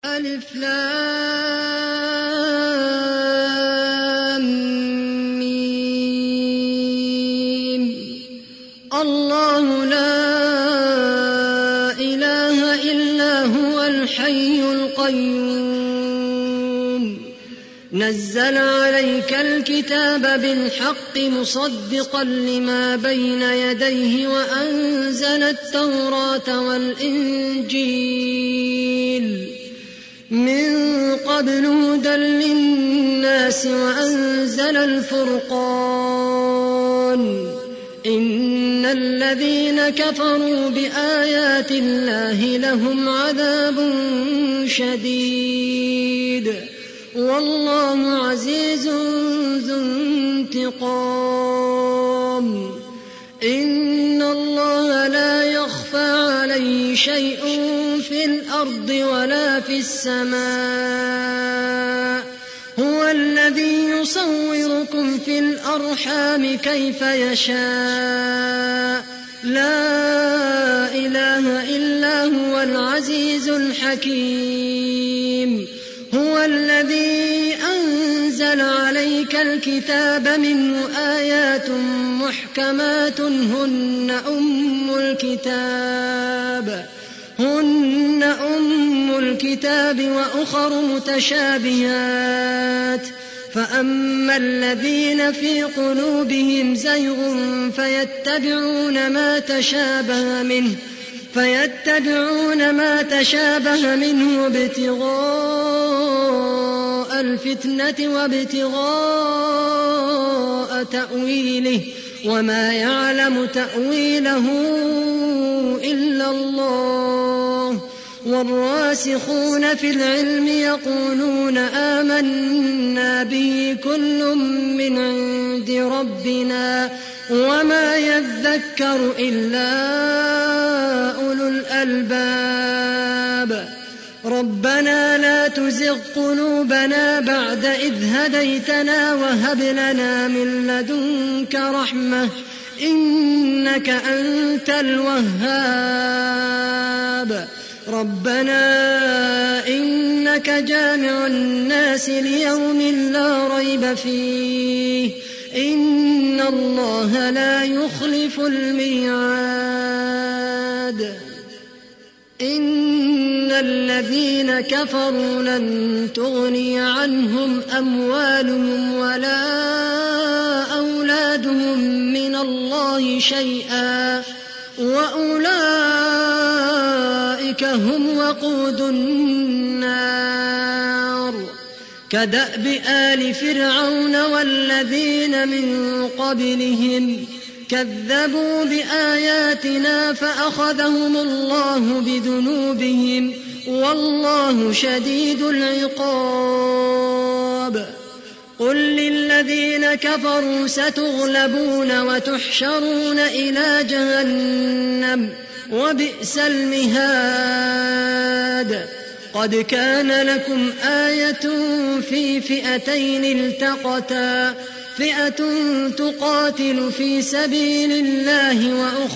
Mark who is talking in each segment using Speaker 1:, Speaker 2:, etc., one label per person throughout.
Speaker 1: ألف لام ميم. الله لا إله إلا هو الحي القيوم نزل عليك الكتاب بالحق مصدقا لما بين يديه وأنزل التوراة والإنجيل من قبل هدى للناس وأنزل الفرقان إن الذين كفروا بآيات الله لهم عذاب شديد والله عزيز ذو انتقام إن الله لا يخفى عليه شيء في الأرض ولا في السماء هو الذي يصوركم في الأرحام كيف يشاء لا إله إلا هو العزيز الحكيم هو الذي أنزل عليك الكتاب منه آيات محكمات هن أم الكتاب وأخر متشابهات فأما الذين في قلوبهم زيغ فيتبعون ما تشابه منه ابتغاء الفتنة وابتغاء تأويله وما يعلم تأويله إلا الله والراسخون في العلم يقولون آمنا به كل من عند ربنا وما يذكر إلا أولو الألباب ربنا لا تزغ قلوبنا بعد إذ هديتنا وهب لنا من لدنك رحمة إنك أنت الوهاب ربنا إنك جامع الناس ليوم لا ريب فيه إن الله لا يخلف الميعاد إن الذين كفروا لن تغني عنهم أموالهم ولا أولادهم من الله شيئا وأولئك هم وقود النار كدأب آل فرعون والذين من قبلهم كذبوا بآياتنا فأخذهم الله بذنوبهم والله شديد العقاب قل للذين كفروا ستغلبون وتحشرون إلى جهنم وبئس المهاد قد كان لكم آية في فئتين التقتا فئة تقاتل في سبيل الله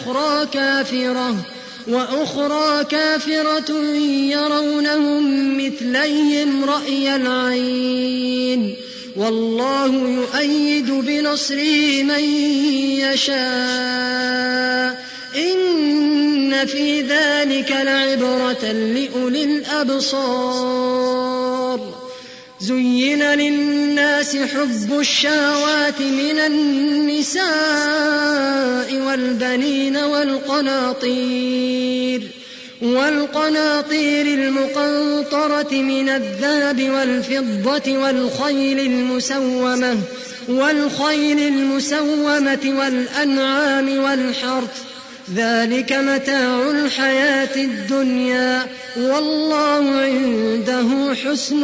Speaker 1: وأخرى كافرة يرونهم مثليهم رأي العين والله يؤيد بنصره من يشاء إن في ذلك لعبرة لأولي الأبصار زين للناس حب الشهوات من النساء والبنين والقناطير المقنطرة من الذهب والفضة والخيل المسومة والأنعام والحرث ذلك متاع الحياة الدنيا والله عنده حسن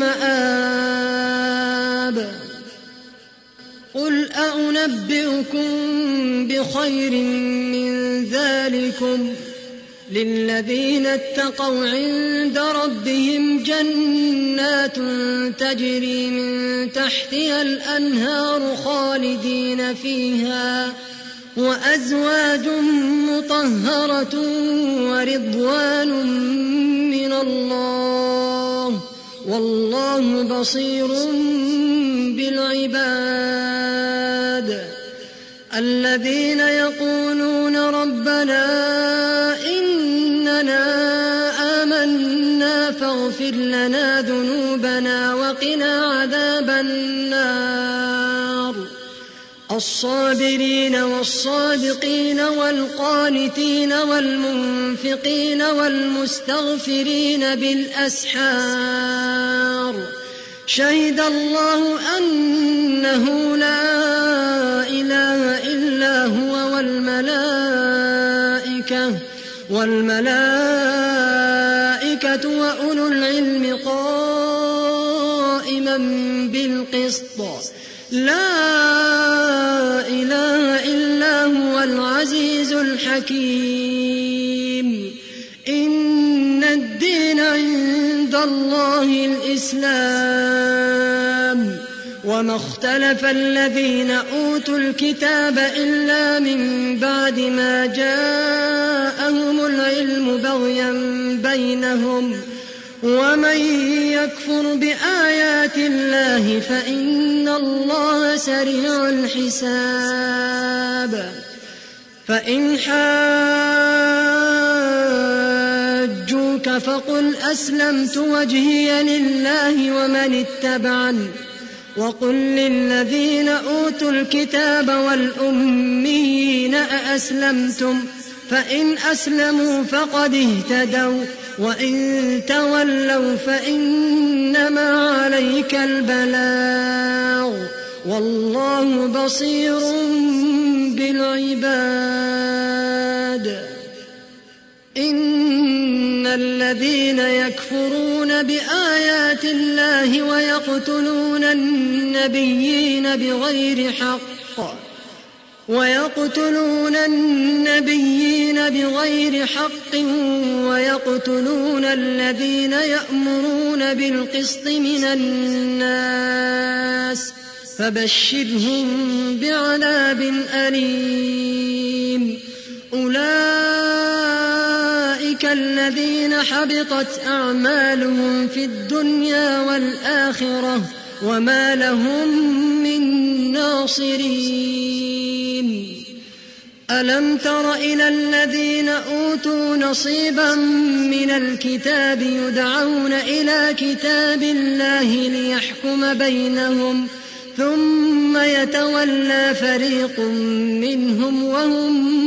Speaker 1: المآب قل أنبئكم بخير من ذلكم للذين اتقوا عند ربهم جنات تجري من تحتها الأنهار خالدين فيها وأزواج مطهرة ورضوان من الله والله بصير بالعباد الذين يقولون ربنا إننا آمنا فاغفر لنا ذنوبنا وقنا عذاب النار الصابرين والصادقين والقانتين والمنفقين والمستغفرين بالأسحار شهد الله أنه لا إله إلا هو والملائكة وأولو العلم قائما بالقسط لا إله إلا هو العزيز الحكيم إن الدين عند الله الإسلام وما اختلف الذين أوتوا الكتاب إلا من بعد ما جاءهم العلم بغيا بينهم ومن يكفر بآيات الله فإن الله سريع الحساب فإن حاجوك فقل أسلمت وجهي لله ومن اتبعني وقل للذين أوتوا الكتاب والأميين أأسلمتم فإن أسلموا فقد اهتدوا وإن تولوا فإنما عليك البلاغ والله بصير بالعباد إن الذين يكفرون بآيات الله ويقتلون النبيين بغير حق ويقتلون الذين يأمرون بالقسط من الناس فبشرهم بعذاب أليم أولئك الذين حبطت أعمالهم في الدنيا والآخرة وما لهم من ناصرين ألم تر إلى الذين أوتوا نصيبا من الكتاب يدعون إلى كتاب الله ليحكم بينهم ثم يتولى فريق منهم وهم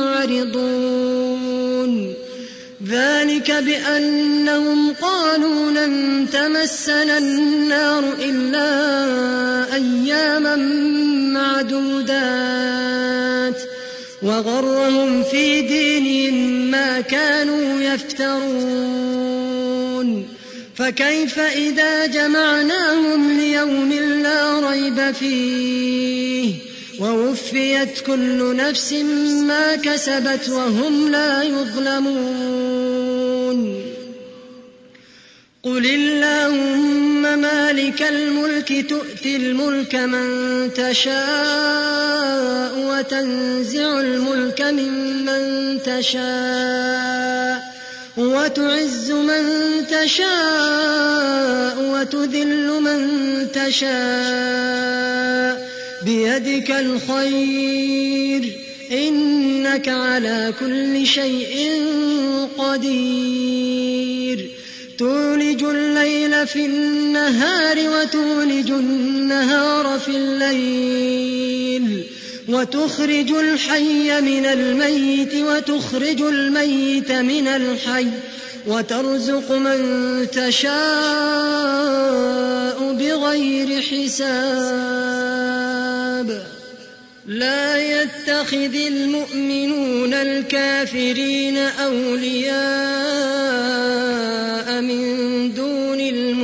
Speaker 1: معرضون ذلك بأنهم قالوا لن تمسنا النار إلا أياما معدودات وغرهم في دينهم ما كانوا يفترون فكيف إذا جمعناهم ليوم لا ريب فيه ووفيت كل نفس ما كسبت وهم لا يظلمون قل اللهم مالك الملك تؤتي الملك من تشاء وتنزع الملك ممن تشاء وتعز من تشاء وتذل من تشاء بيدك الخير إنك على كل شيء قدير تولج الليل في النهار وتولج النهار في الليل وتخرج الحي من الميت وتخرج الميت من الحي وترزق من تشاء بغير حساب لا يتخذ المؤمنون الكافرين أولياء من دون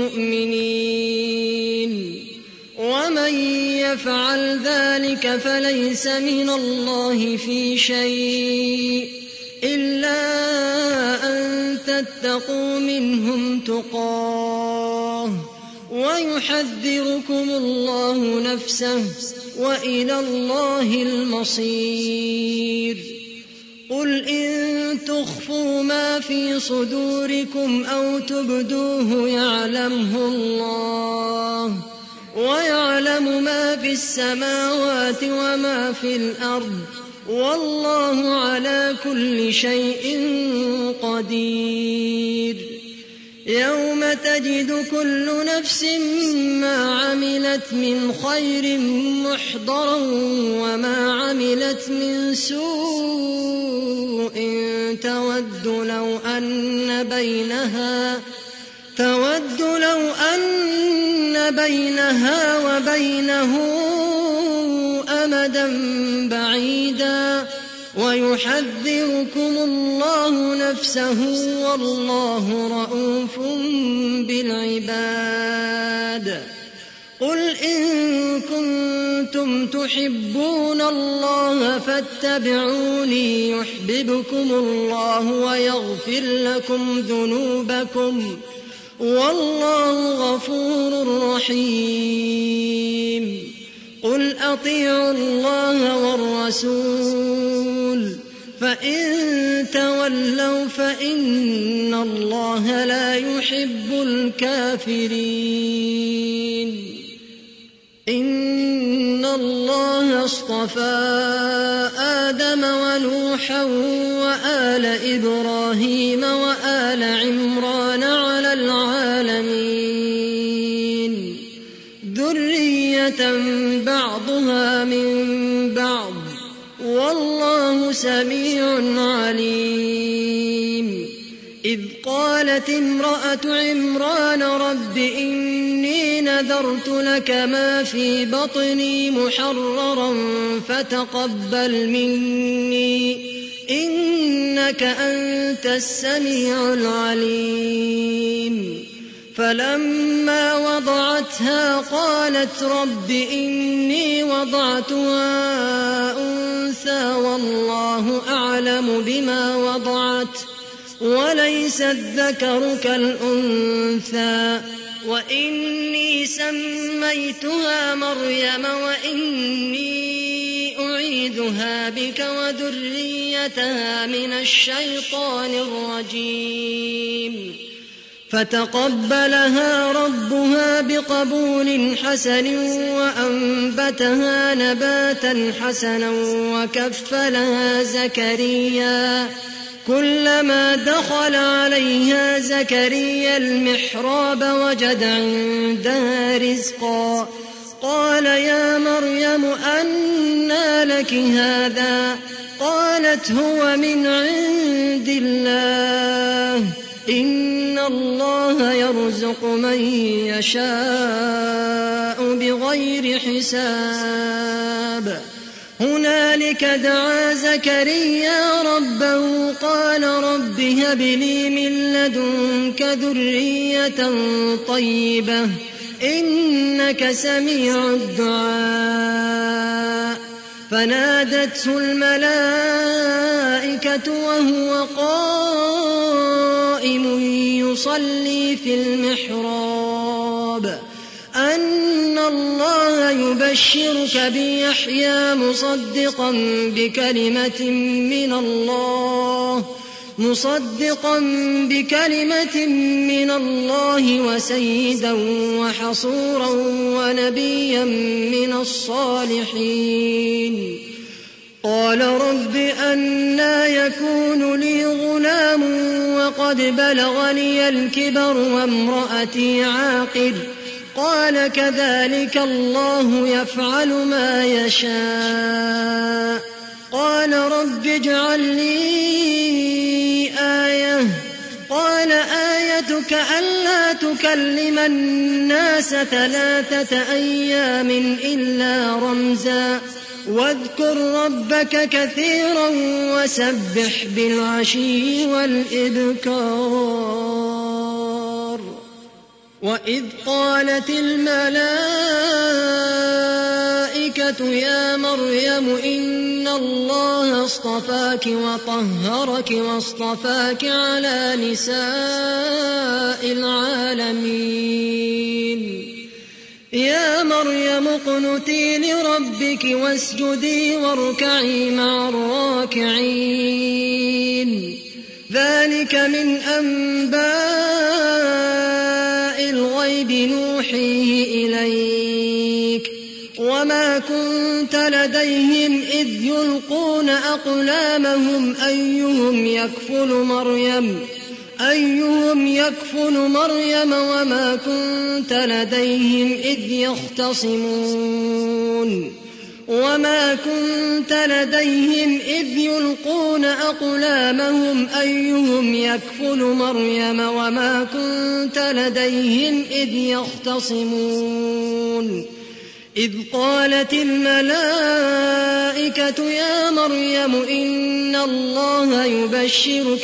Speaker 1: المؤمنين ومن يفعل ذلك فليس من الله في شيء إلا أن تتقوا منهم تقاه ويحذركم الله نفسه وإلى الله المصير قل إن تخفوا ما في صدوركم أو تبدوه يعلمه الله، ويعلم ما في السماوات وما في الأرض، والله على كل شيء قدير. يوم تجد كل نفس ما عملت من خير محضرا وما عملت من سوء تود لو أن بينها وبينه أمدا بعيدا، ويحذركم الله نفسه، والله رءوف بالعباد. قل إن كنتم تحبون الله فاتبعوني يحببكم الله ويغفر لكم ذنوبكم، والله غفور رحيم. قل أطيعوا الله والرسول، فإن تولوا فإن الله لا يحب الكافرين. إن الله اصطفى آدم ونوحا وآل إبراهيم وآل عمران على العالمين، ذرية بعضها من بعض، والله سميع عليم. إذ قالت امرأة عمران رب إني نذرت لك ما في بطني محررا فتقبل مني إنك أنت السميع العليم. فلما وضعتها قالت رب إني وضعتها أنثى والله أعلم بما وضعت وليس الذكر كالأنثى، وإني سميتها مريم وإني أعيذها بك وذريتها من الشيطان الرجيم. فتقبلها ربها بقبول حسن وأنبتها نباتا حسنا وكفلها زكريا. كلما دخل عليها زكريا المحراب وجد عندها رزقا، قال يا مريم أنى لك هذا؟ قالت هو من عند الله، إن الله يرزق من يشاء بغير حساب. هنالك دعا زكريا ربه قال رب هب لي من لدنك ذرية طيبة إنك سميع الدعاء. فنادته الملائكة وهو قائم يصلي في المحراب أن الله يبشرك بيحيى مصدقا بكلمة من الله وسيدا وحصورا ونبيا من الصالحين. قال رب أنى يكون لي غلام وقد بلغني الكبر وامرأتي عاقر؟ قال كذلك الله يفعل ما يشاء. قال رب اجعل لي آية. قال آيتك ألا تكلم الناس 3 أيام إلا رمزا واذكر ربك كثيرا وسبح بالعشي والإبكار. وإذ قالت الملائكة يا مريم إن الله اصطفاك وطهرك واصطفاك على نساء العالمين. يا مريم اقنتي لربك واسجدي واركعي مع الراكعين ذلك من أنباء الغيب نوحيه إليك وما كنت لديهم إذ يلقون أقلامهم أيهم يكفل مريم وما كنت لديهم إذ يختصمون وما كنت لديهم إذ يلقون أقلامهم أيهم يكفل مريم وما كنت لديهم إذ يختصمون إذ قالت الملائكة يا مريم إن الله يبشرك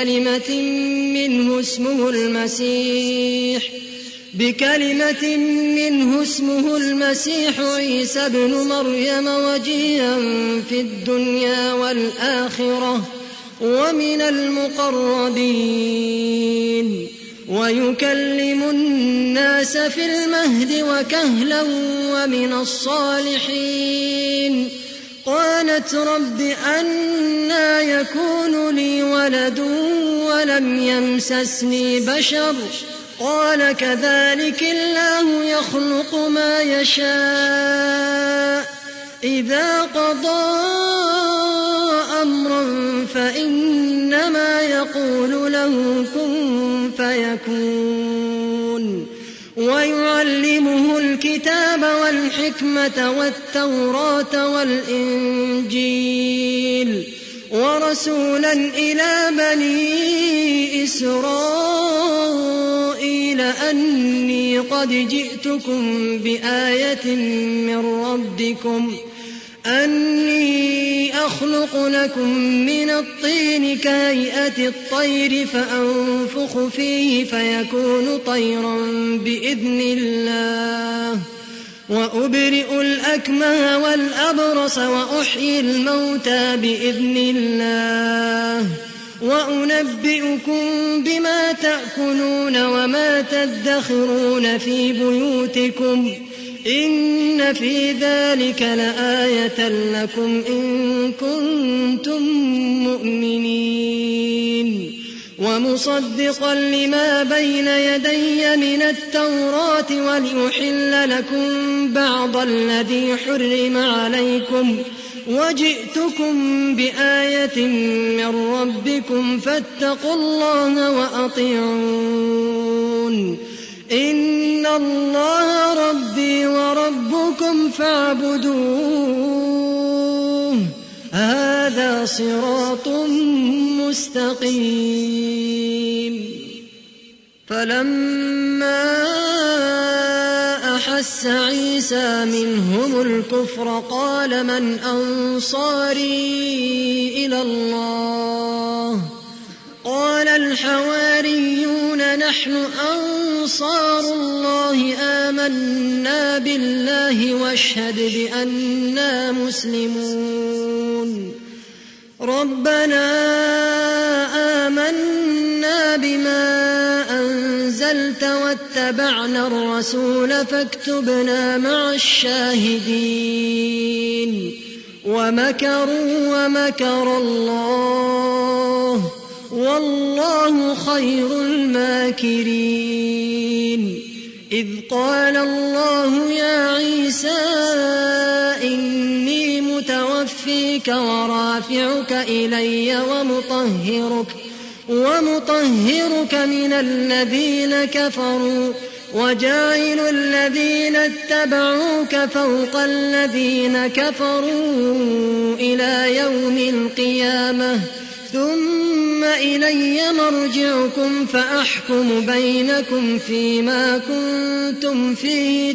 Speaker 1: بكلمة منه اسمه المسيح عيسى ابن مريم وجيها في الدنيا والآخرة ومن المقربين ويكلم الناس في المهد وكهلا ومن الصالحين قالت رب أنى يكون لي ولد ولم يمسسني بشر قال كذلك الله يخلق ما يشاء إذا قضى أمرا فإنما يقول له كن فيكون ويعلمه الكتاب والحكمة والتوراة والإنجيل ورسولا إلى بني إسرائيل أني قد جئتكم بآية من ربكم أني أخلق لكم من الطين كهيئة الطير فأنفخ فيه فيكون طيرا بإذن الله وأبرئ الأكمه والأبرص وأحيي الموتى بإذن الله وأنبئكم بما تأكلون وما تدخرون في بيوتكم إن في ذلك لآية لكم إن كنتم مؤمنين ومصدقا لما بين يدي من التوراة وليحل لكم بعض الذي حرم عليكم وجئتكم بآية من ربكم فاتقوا الله وأطيعون إن الله ربي وربكم فاعبدوه هذا صراط مستقيم فلما أحس عيسى منهم الكفر قال من أنصاري إلى الله قال الحواريون نحن أنصار الله آمنا بالله واشهد بأننا مسلمون ربنا آمنا بما أنزلت واتبعنا الرسول فاكتبنا مع الشاهدين ومكروا ومكر الله والله خير الماكرين إذ قال الله يا عيسى إني متوفيك ورافعك إلي ومطهرك من الذين كفروا وجاعل الذين اتبعوك فوق الذين كفروا إلى يوم القيامة ثم إلي مرجعكم فأحكم بينكم فيما كنتم فيه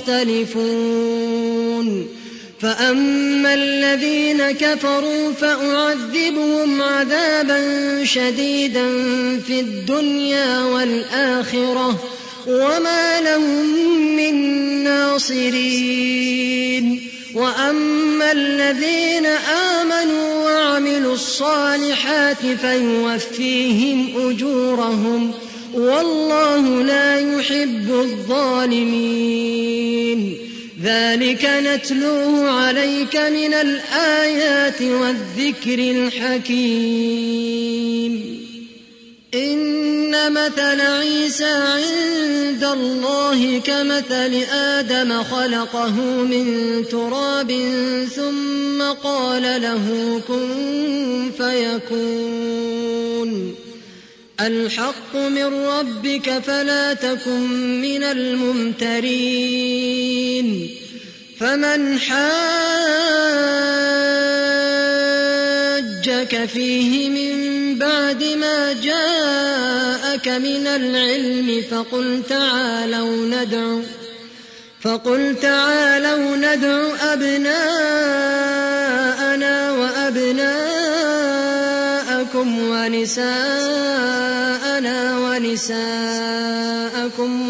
Speaker 1: تختلفون فأما الذين كفروا فأعذبهم عذابا شديدا في الدنيا والآخرة وما لهم من ناصرين وأما الذين آمنوا وعملوا الصالحات فيوفيهم أجورهم والله لا يحب الظالمين. ذلك نتلوه عليك من الآيات والذكر الحكيم. إن مثل عيسى عند الله كمثل آدم خلقه من تراب ثم قال له كن فيكون. الحق من ربك فلا تكن من الممترين. فمن حاجك فيه من بعد ما جاءك من العلم فقل تعالوا ندع أبناءنا وأبناءكم ونساءنا ونساءكم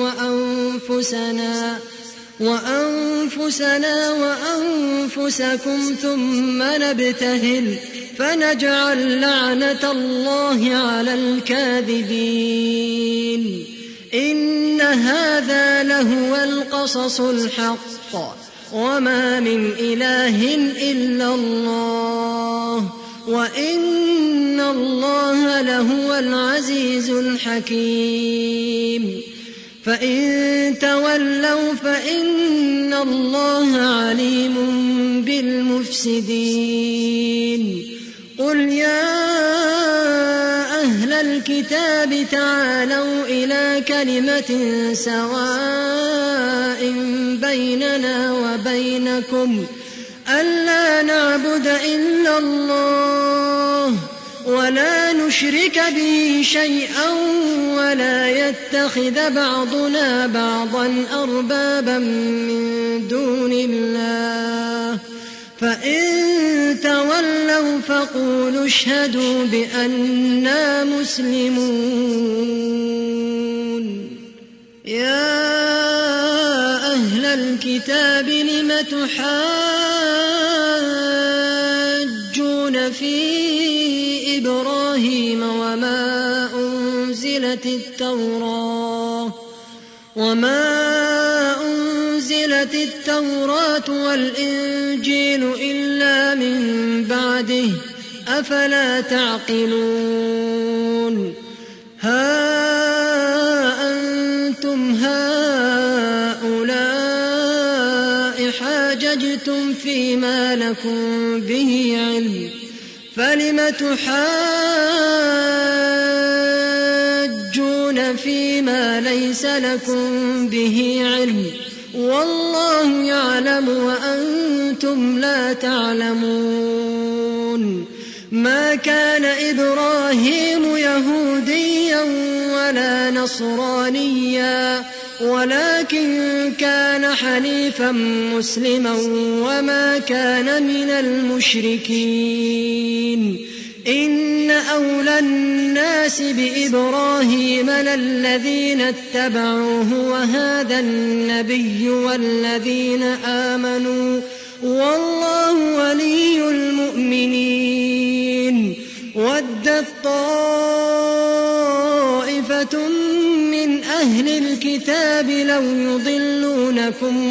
Speaker 1: وأنفسنا وأنفسكم ثم نبتهل فنجعل لعنة الله على الكاذبين. إن هذا لهو القصص الحق وما من إله إلا الله وإن الله لهو العزيز الحكيم. فإن تولوا فإن الله عليم بالمفسدين. قل يا أهل الكتاب تعالوا إلى كلمة سواء بيننا وبينكم ألا نعبد إلا الله ولا نشرك به شيئا ولا يتخذ بعضنا بعضا أربابا من دون الله. فإن تولوا فقولوا اشهدوا بأننا مسلمون. يا أهل الكتاب لم تحاجون في إبراهيم وما أنزلت التوراة والإنجيل إلا من بعده أفلا تعقلون. ها أنتم هؤلاء حاججتم فيما لكم به علم فلم تحاجون فيما ليس لكم به علم والله يعلم وأنتم لا تعلمون. ما كان إبراهيم يهوديا ولا نصرانيا ولكن كان حنيفا مسلما وما كان من المشركين. إن أولى الناس بإبراهيم للذين اتبعوه وهذا النبي والذين آمنوا والله ولي المؤمنين. ودت طائفة من أهل الكتاب لو يضلونكم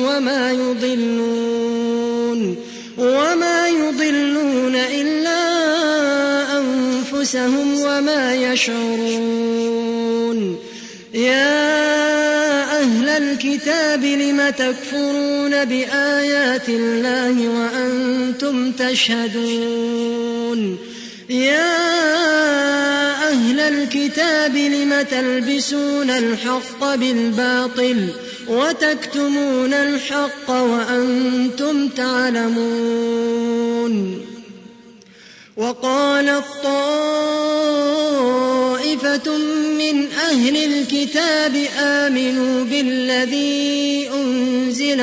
Speaker 1: وما يضلون إلا أنفسهم وما يشعرون. يا أهل الكتاب لم تكفرون بآيات الله وأنتم تشهدون. يا أهل الكتاب لم تلبسون الحق بالباطل وتكتمون الحق وأنتم تعلمون. وقالت طائفة من أهل الكتاب آمنوا بالذي أنزل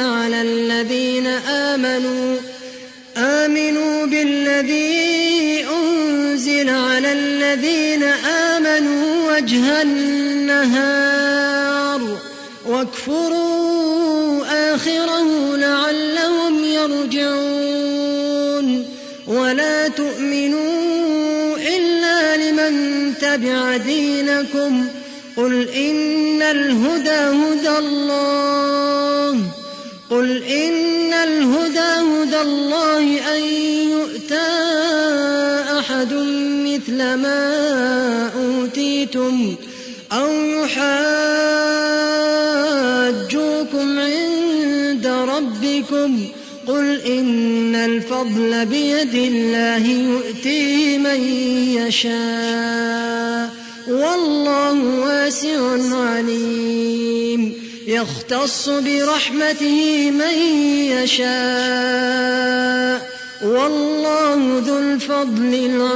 Speaker 1: على الذين آمنوا وجه النهار واكفروا آخره لعلهم يرجعون. ولا تؤمنوا إلا لمن تبع دينكم قل إن الهدى هدى الله أن يؤتى أحد مثل ما أوتيتم أو يحاجوكم عند ربكم قل إن الفضل بيد الله يؤتيه من يشاء والله واسع عليم يختص برحمته من يشاء والله ذو الفضل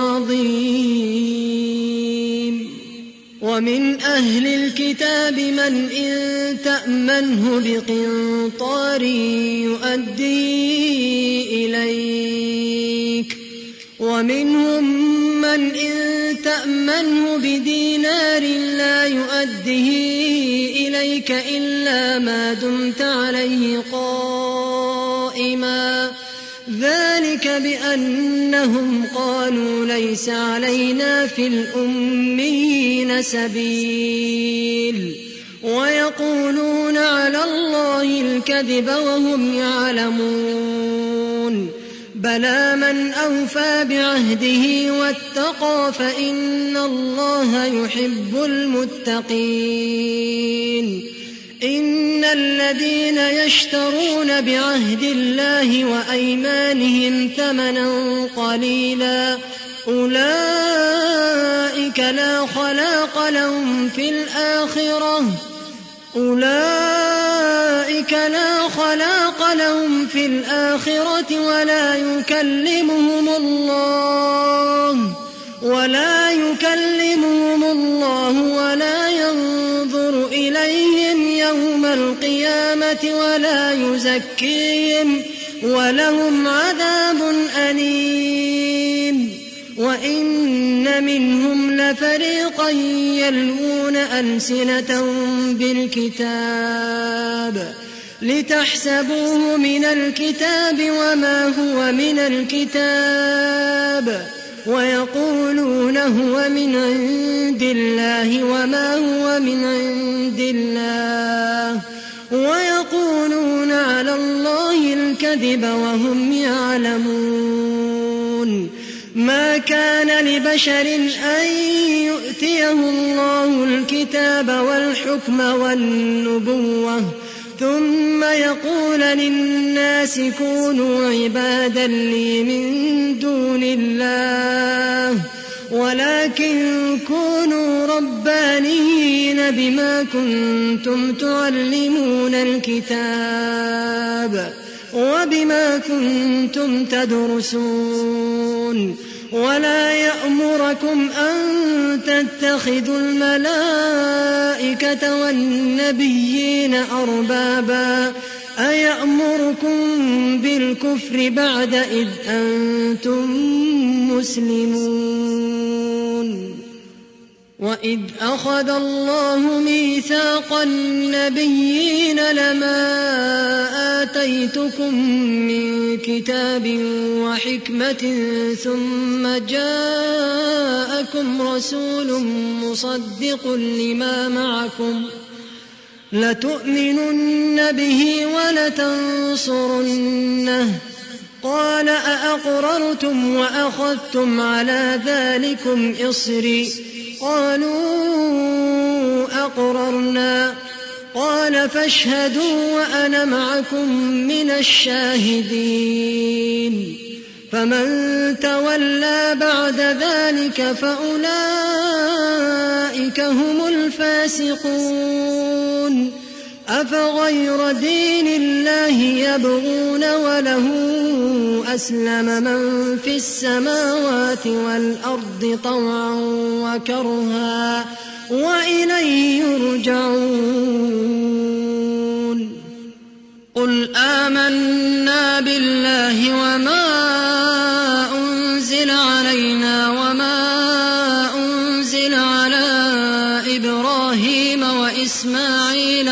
Speaker 1: العظيم ومن أهل الكتاب من إن تأمنه بقنطار يؤديه إليك ومنهم من إن تأمنه بدينار لا يؤديه إليك إلا ما دمت عليه قائما ذلك بأنهم قالوا ليس علينا في الأميين سبيل ويقولون على الله الكذب وهم يعلمون بلى من أوفى بعهده واتقى فإن الله يحب المتقين إن الذين يشترون بعهد الله وأيمانهم ثمنا قليلا أولئك لا خلاق لهم في الآخرة ولا يكلمهم الله ولا ينظر إليهم يوم القيامة ولا يزكيهم ولهم عذاب أليم وإن منهم لفريقا يلوون ألسنتهم بالكتاب لتحسبوه من الكتاب وما هو من الكتاب ويقولون هو من عند الله وما هو من عند الله ويقولون على الله الكذب وهم يعلمون ما كان لبشر أن يؤتيه الله الكتاب والحكم والنبوة ثم يقول للناس كونوا عبادا لي من دون الله ولكن كونوا ربانيين بما كنتم تعلمون الكتاب وبما كنتم تدرسون ولا يأمركم أن تتخذوا الملائكة والنبيين أربابا أيأمركم بالكفر بعد إذ أنتم مسلمون وإذ أخذ الله ميثاق النبيين لما آتيتكم من كتاب وحكمة ثم جاءكم رسول مصدق لما معكم لتؤمنن به ولتنصرنه قال أأقررتم وأخذتم على ذلكم إصري قالوا أقررنا قال فاشهدوا وأنا معكم من الشاهدين فمن تولى بعد ذلك فأولئك هم الفاسقون أفغير دين الله يبغون وله أسلم من في السماوات والأرض طوعا وكرها وإليه يرجعون قل آمنا بالله وما أنزل علينا وما أنزل على إبراهيم وإسماعيل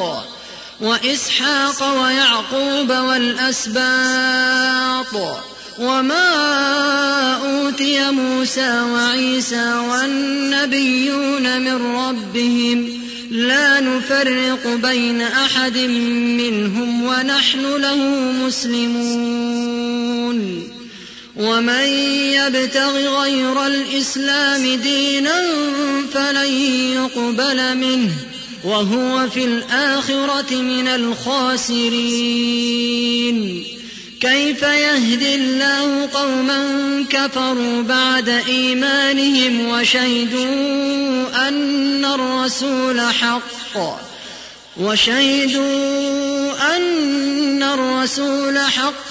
Speaker 1: وإسحاق ويعقوب والأسباط وما أوتي موسى وعيسى والنبيون من ربهم لا نفرق بين أحد منهم ونحن له مسلمون ومن يبتغ غير الإسلام دينا فلن يقبل منه وهو في الآخرة من الخاسرين كيف يهدي الله قوما كفروا بعد إيمانهم وشهدوا أن الرسول حق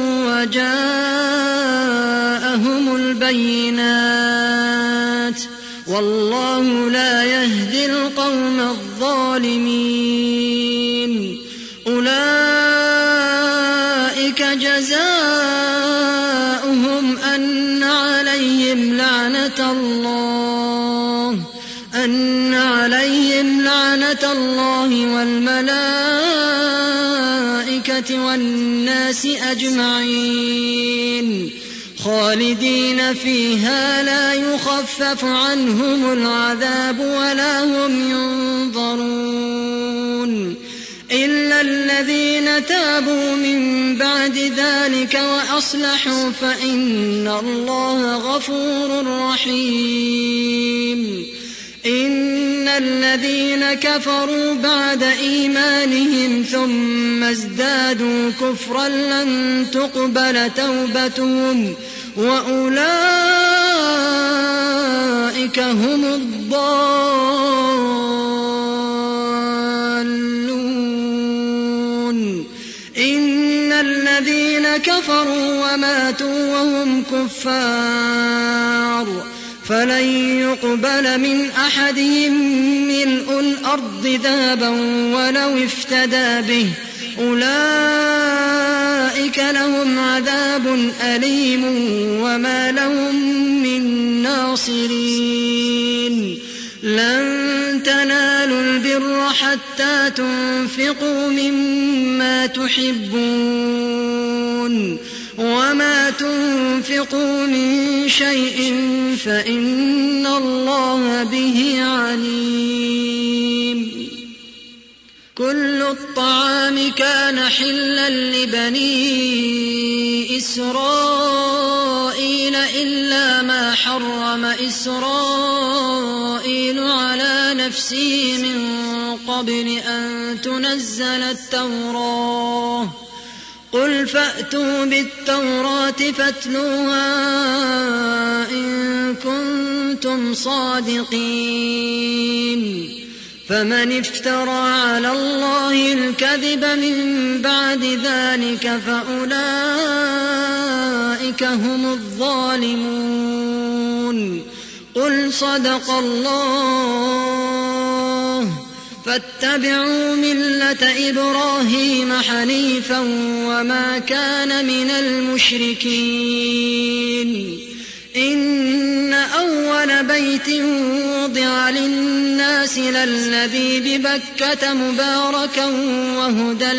Speaker 1: وجاءهم البينات والله لا يهدي القوم الظالمين أولئك جزاؤهم أن عليهم لعنة الله والملائكة والناس أجمعين خالدين فيها لا يخفف عنهم العذاب ولا هم ينظرون إلا الذين تابوا من بعد ذلك وأصلحوا فإن الله غفور رحيم إن الذين كفروا بعد إيمانهم ثم ازدادوا كفرا لن تقبل توبتهم وأولئك هم الضالون إن الذين كفروا وماتوا وهم كفار فلن يقبل من أحدهم ملء الأرض ذهبا ولو افتدى به أولئك لهم عذاب أليم وما لهم من ناصرين لن تنالوا البر حتى تنفقوا مما تحبون وما تنفقوا من شيء فإن الله به عليم كل الطعام كان حلا لبني إسرائيل إلا ما حرم إسرائيل على نفسه من قبل أن تنزل التوراة قل فأتوا بالتوراة فاتلوها إن كنتم صادقين فمن افترى على الله الكذب من بعد ذلك فأولئك هم الظالمون قل صدق الله فاتبعوا ملة إبراهيم حنيفا وما كان من المشركين إن أول بيت وضع للناس للذي ببكة مباركا وهدى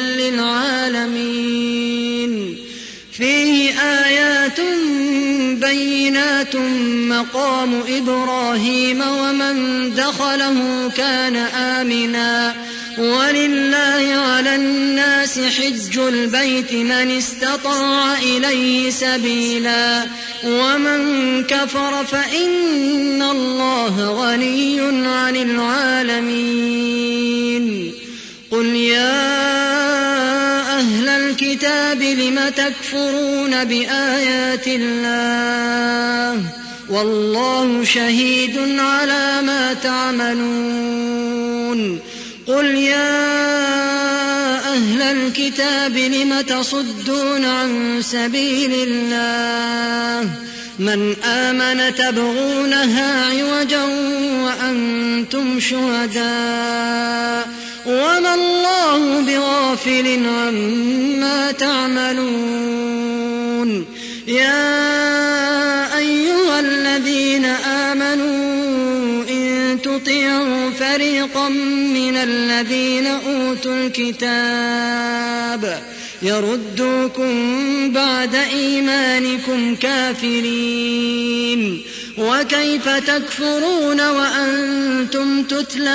Speaker 1: للعالمين فيه آيات بينات مقام إبراهيم ومن دخله كان آمنا ولله على الناس حج البيت من استطاع إليه سبيلا ومن كفر فإن الله غني عن العالمين قل يا أهل الكتاب لم تكفرون بآيات الله والله شهيد على ما تعملون قل يا أهل الكتاب لم تصدون عن سبيل الله من آمن تبغونها عوجا وأنتم شهداء وما الله بغافل عما تعملون يا أيها الذين آمنوا إن تطيعوا فريقا من الذين أوتوا الكتاب يردوكم بعد إيمانكم كافرين. وكيف تكفرون وأنتم تتلى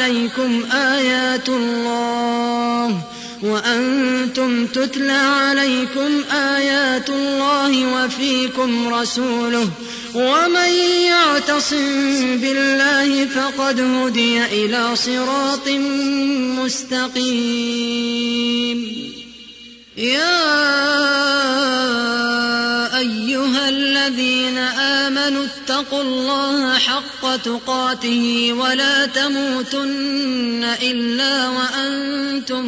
Speaker 1: عليكم آيات الله وفيكم رسوله ومن يعتصم بالله فقد هدي إلى صراط مستقيم. يا أيها الذين آمنوا اتقوا الله حق تقاته ولا تموتن إلا وأنتم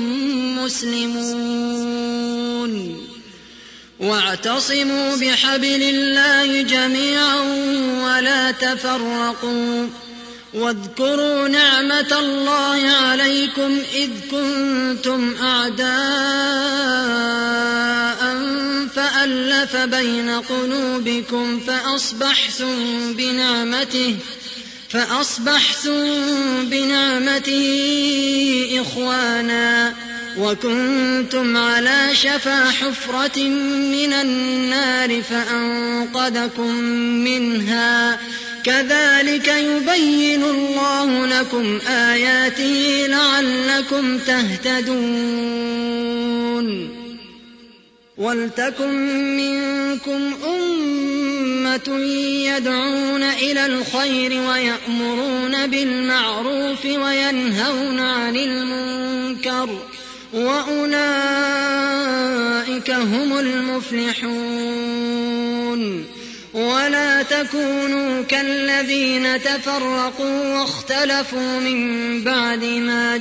Speaker 1: مسلمون. واعتصموا بحبل الله جميعا ولا تفرقوا. واذكروا نعمة الله عليكم إذ كنتم أعداء فألف بين قلوبكم فأصبحتم بنعمته إخوانا وكنتم على شفا حفرة من النار فأنقذكم منها. كذلك يبين الله لكم آياته لعلكم تهتدون. ولتكن منكم أمة يدعون إلى الخير ويأمرون بالمعروف وينهون عن المنكر وأولئك هم المفلحون. ولا تكونوا كالذين تفرقوا واختلفوا من بعد ما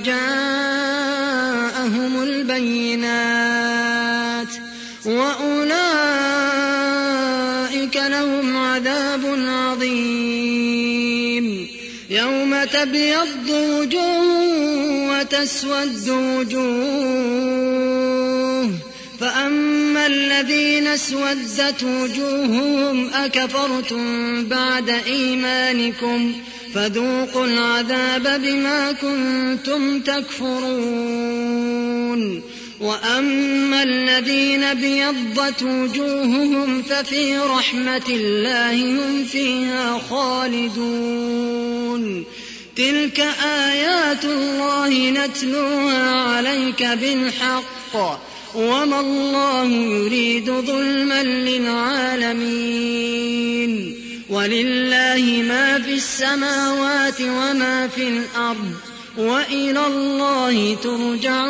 Speaker 1: جاءهم البينات وأولئك لهم عذاب عظيم. يوم تبيض وجوه وتسود وجوه فأما الذين اسودت وجوههم أكفرتم بعد إيمانكم فذوقوا العذاب بما كنتم تكفرون. وأما الذين بيضت وجوههم ففي رحمة الله هم فيها خالدون. تلك آيات الله نتلوها عليك بالحق وما الله يريد ظلما للعالمين. ولله ما في السماوات وما في الأرض وإلى الله ترجع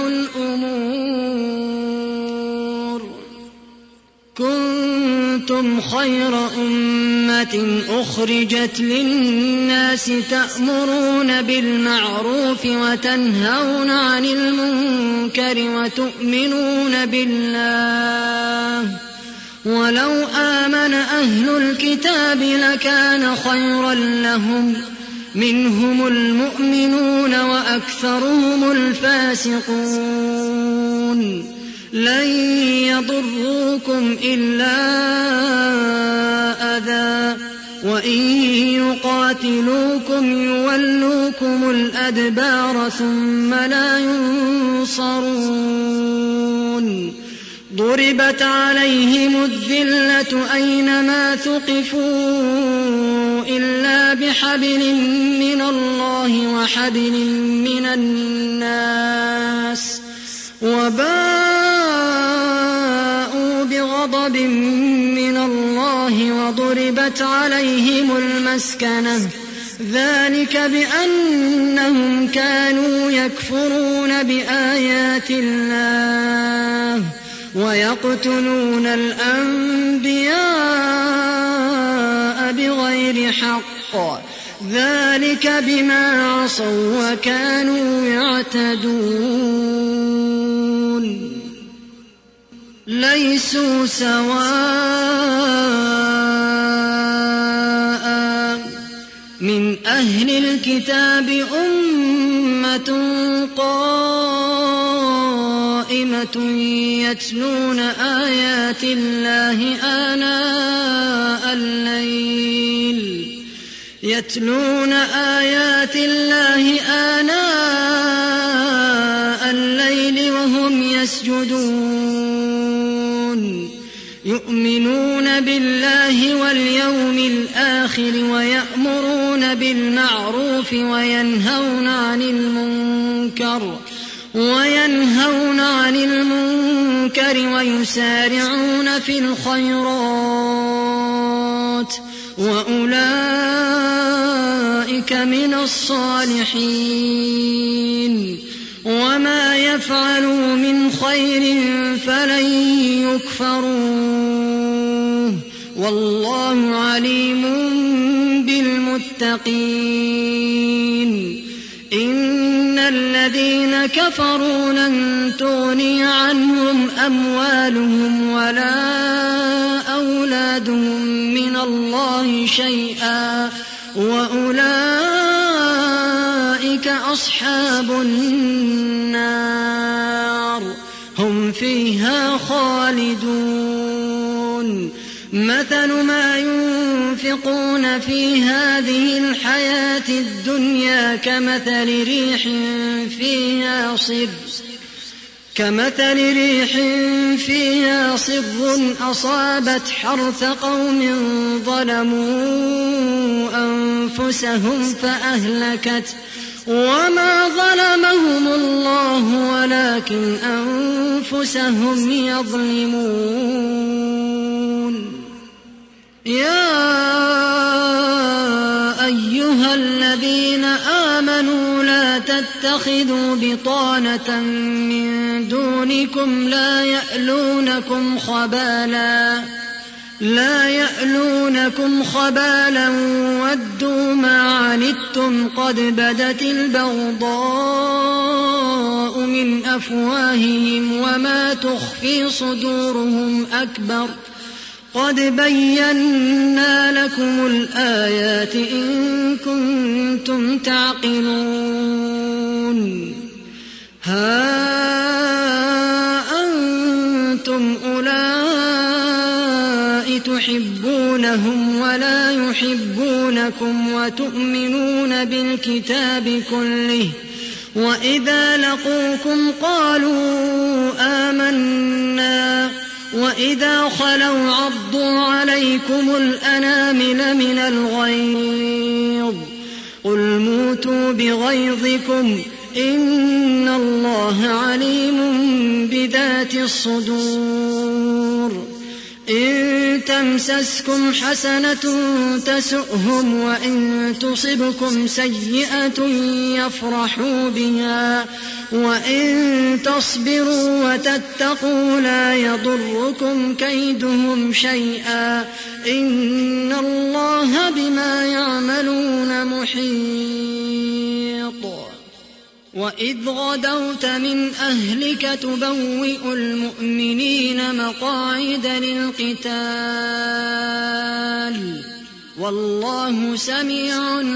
Speaker 1: الأمور. كنتم خير أمة أخرجت للناس تأمرون بالمعروف وتنهون عن المنكر وتؤمنون بالله. ولو آمن أهل الكتاب لكان خيرا لهم منهم المؤمنون وأكثرهم الفاسقون. لن يضروكم إلا أذى وإن يقاتلوكم يولوكم الأدبار ثم لا ينصرون. ضربت عليهم الذلة أينما ثقفوا إلا بحبل من الله وحبل من الناس وباءوا بغضب من الله وضربت عليهم المسكنة ذلك بأنهم كانوا يكفرون بآيات الله ويقتلون الأنبياء بغير حق ذلك بما عصوا وكانوا يعتدون. ليسوا سواء من أهل الكتاب أمة قائمة يتلون آيات الله آناء الليل وهم يسجدون يؤمنون بالله واليوم الآخر ويأمرون بالمعروف وينهون عن المنكر ويسارعون في الخيرات وأولئك من الصالحين وما يفعلوا من خير فلن يكفروه والله عليم بالمتقين إن الذين كفروا لن تغني عنهم أموالهم ولا أولادهم من الله شيئا وأولئك أصحاب النار هم فيها خالدون مثل ما ينفقون في هذه الحياة الدنيا كمثل ريح فيها صر أصابت حرث قوم ظلموا أنفسهم فأهلكت وما ظلمهم الله ولكن أنفسهم يظلمون يا أيها الذين آمنوا لا تتخذوا بطانة من دونكم لا يألونكم خبالا ودوا ما عنتم قد بدت البغضاء من أفواههم وما تخفي صدورهم أكبر قد بينا لكم الآيات إن كنتم تعقلون ها أنتم أولئك تحبونهم ولا يحبونكم وتؤمنون بالكتاب كله وإذا لقوكم قالوا آمنا وإذا خلوا عضوا عليكم الأنامل من الغيظ قل موتوا بغيظكم إن الله عليم بذات الصدور إن تمسسكم حسنة تسؤهم وإن تصبكم سيئة يفرحوا بها وإن تصبروا وتتقوا لا يضركم كيدهم شيئا إن الله بما يعملون محيط وإذ غدوت من أهلك تبوئ المؤمنين مقاعد للقتال والله سميع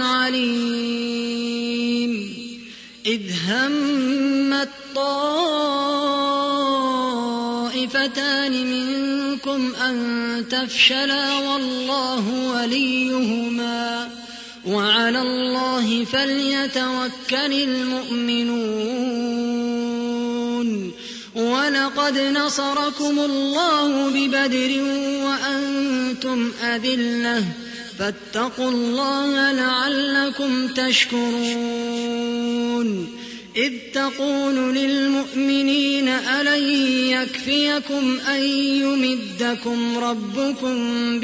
Speaker 1: عليم إذ همت طائفتان منكم أن تفشلا والله وليهما وعلى الله فليتوكل المؤمنون ولقد نصركم الله ببدر وأنتم أذلة فاتقوا الله لعلكم تشكرون إذ تقول للمؤمنين ألن يكفيكم أن يمدكم ربكم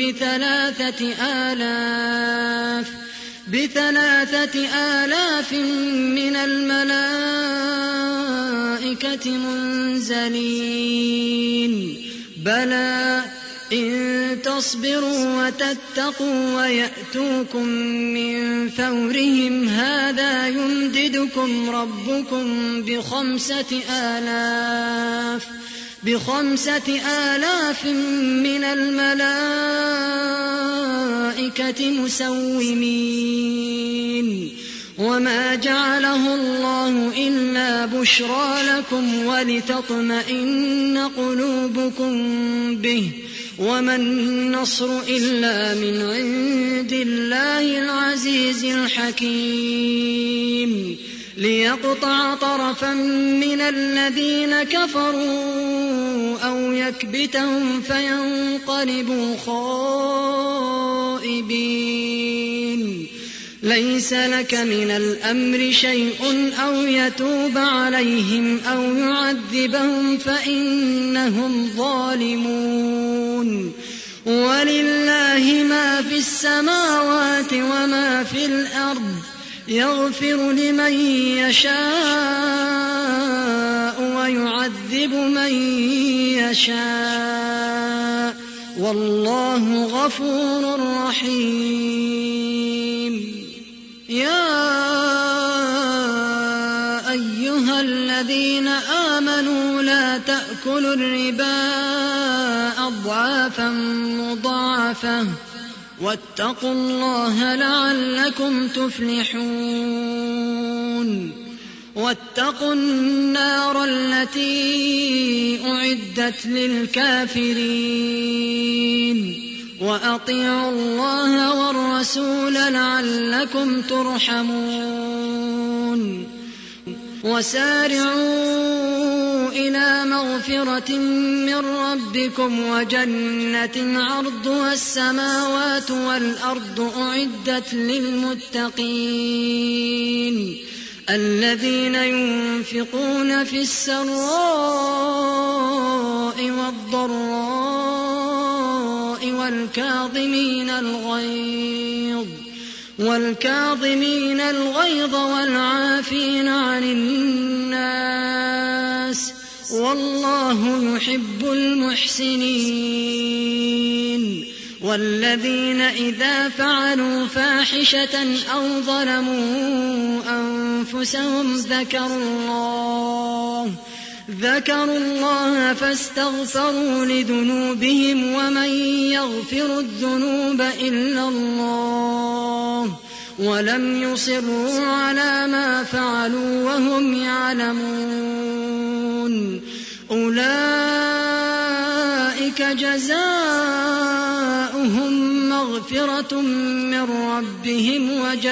Speaker 1: ب3,000 من الملائكة منزلين بلى إن تصبروا وتتقوا ويأتوكم من فورهم هذا يمددكم ربكم ب5,000 من الملائكة مسومين وما جعله الله إلا بشرى لكم ولتطمئن قلوبكم به وما النصر إلا من عند الله العزيز الحكيم ليقطع طرفا من الذين كفروا أو يكبتهم فينقلبوا خائبين. ليس لك من الأمر شيء أو يتوب عليهم أو يعذبهم فإنهم ظالمون. ولله ما في السماوات وما في الأرض، يغفر لمن يشاء ويعذب من يشاء، والله غفور رحيم. يا أيها الذين آمنوا لا تأكلوا الربا أضعافا مضاعفة واتقوا الله لعلكم تفلحون. واتقوا النار التي أعدت للكافرين، وأطيعوا الله والرسول لعلكم ترحمون. وسارعوا إلى مغفرة من ربكم وجنة عرضها السماوات والأرض أعدت للمتقين الذين ينفقون في السراء والضراء والكاظمين الغيظ والعافين عن الناس، والله يحب المحسنين. والذين إذا فعلوا فاحشة أو ظلموا أنفسهم ذكروا الله فاستغفروا لذنوبهم ومن يغفر الذنوب إلا الله ولم يصروا على ما فعلوا وهم يعلمون. أولئك جزاؤهم مغفرة من ربهم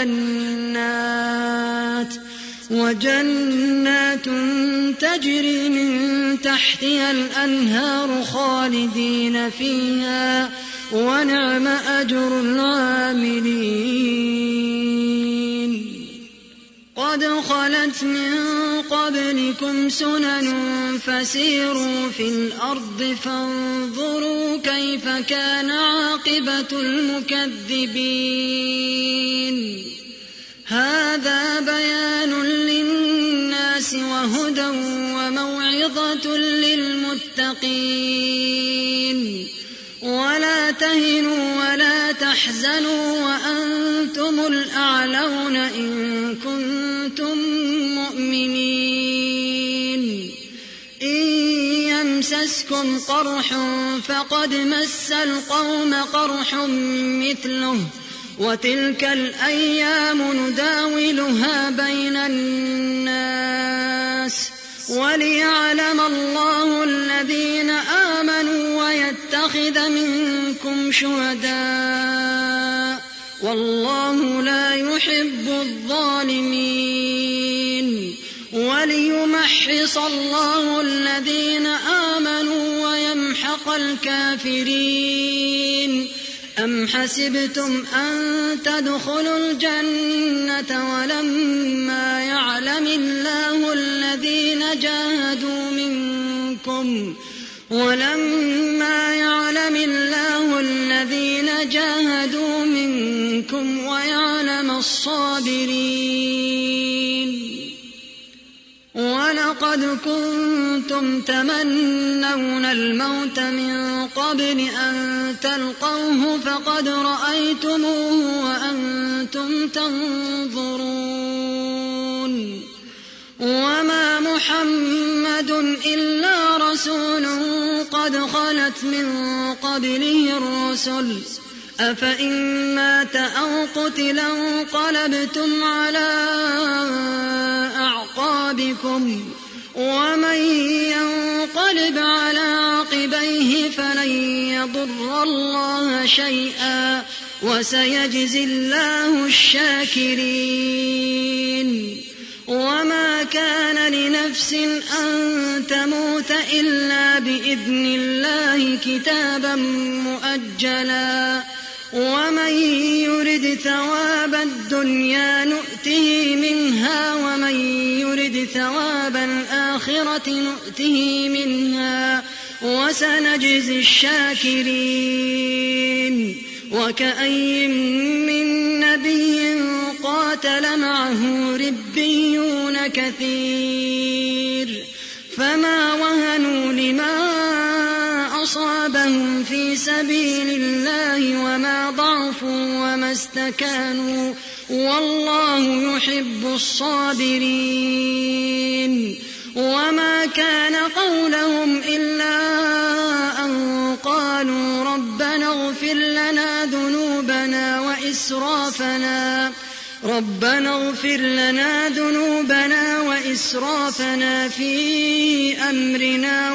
Speaker 1: وجنات تجري من تحتها الأنهار خالدين فيها، ونعم أجر العاملين. قد خلت من قبلكم سنن فسيروا في الأرض فانظروا كيف كان عاقبة المكذبين. هذا بيان للناس وهدى وموعظة للمتقين. ولا تهنوا ولا تحزنوا وأنتم الأعلون إن كنتم مؤمنين. إن يمسسكم قرح فقد مس القوم قرح مثله، وتلك الأيام نداولها بين الناس، وليعلم الله الذين آمنوا ويتخذ منكم شهداء، والله لا يحب الظالمين. وليمحص الله الذين آمنوا ويمحق الكافرين. أم حسبتم أن تدخلوا الجنة ولما يعلم الله الذين جاهدوا منكم ويعلم الصابرين. ولقد كنتم تمنون الموت من قبل أن تلقوه فقد رأيتموه وأنتم تنظرون. وما محمد إلا رسول قد خلت من قبله الرسل، أفإن مات أو قتل انقلبتم على أعقابكم، ومن ينقلب على عقبيه فلن يضر الله شيئا، وسيجزي الله الشاكرين. وما كان لنفس أن تموت إلا بإذن الله كتابا مؤجلا ومن يرد ثواب الدنيا نؤته منها ومن يرد ثواب الآخرة نؤته منها وسنجزي الشاكرين وكأي من نبي قاتل معه ربيون كثير فما وهنوا لما أصابهم في سبيل الله وما ضعفوا وما استكانوا والله يحب الصابرين وما كان قولهم إلا أن قالوا ربنا اغفر لنا ذنوبنا وإسرافنا في أمرنا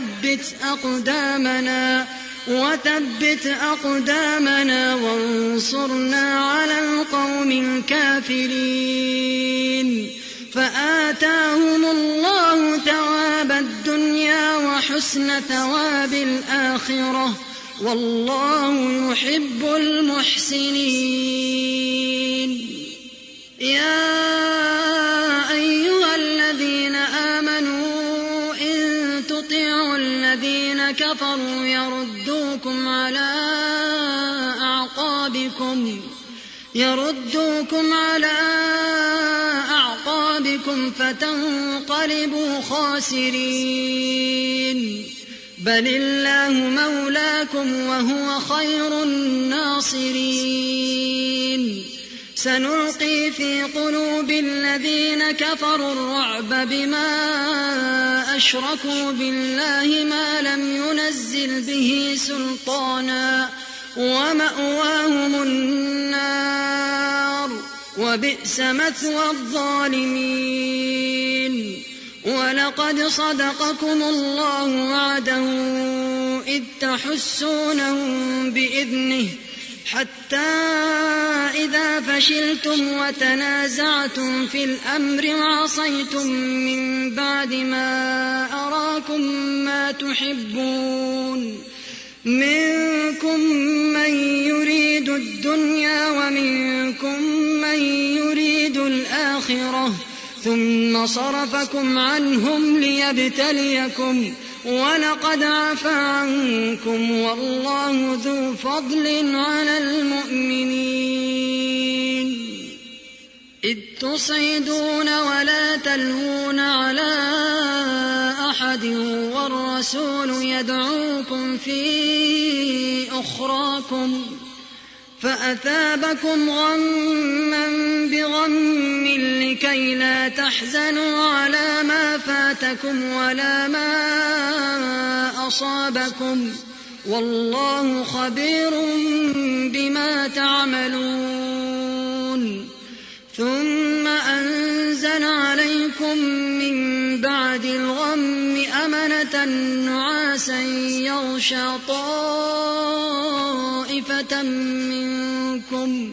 Speaker 1: وثبت أقدامنا وانصرنا على القوم الكافرين فآتاهم الله ثواب الدنيا وحسن ثواب الآخرة والله يحب المحسنين يا أيها الذين آمنوا إن تطيعوا الذين كفروا يردوكم على أعقابكم فتنقلبوا خاسرين بل الله مولاكم وهو خير الناصرين سنلقي في قلوب الذين كفروا الرعب بما أشركوا بالله ما لم ينزل به سلطانا ومأواهم النار وبئس مثوى الظالمين ولقد صدقكم الله وعده إذ تحسونهم بإذنه حتى إذا فشلتم وتنازعتم في الأمر وعصيتم من بعد ما أراكم ما تحبون منكم من يريد الدنيا ومنكم من يريد الآخرة ثم صرفكم عنهم ليبتليكم ولقد عفا عنكم والله ذو فضل على المؤمنين إذ تصعدون ولا تلوون على أحد والرسول يدعوكم في أخراكم فأثابكم غما بغم لكي لا تحزنوا على ما فاتكم ولا ما أصابكم والله خبير بما تعملون ثم أنزل عليكم من بعد الغم أمنة نعاسا يغشى طائفة منكم